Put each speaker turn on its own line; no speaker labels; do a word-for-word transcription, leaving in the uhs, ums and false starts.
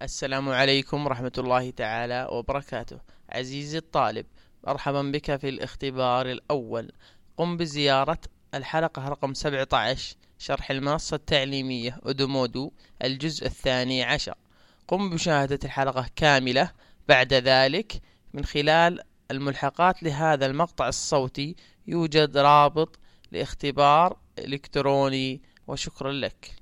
السلام عليكم ورحمة الله تعالى وبركاته. عزيزي الطالب، مرحبا بك في الاختبار الأول. قم بزيارة الحلقة رقم سبعة عشر، شرح المنصة التعليمية أودومودو، الجزء الثاني عشر. قم بمشاهدة الحلقة كاملة. بعد ذلك من خلال الملحقات لهذا المقطع الصوتي يوجد رابط لاختبار إلكتروني، وشكرا لك.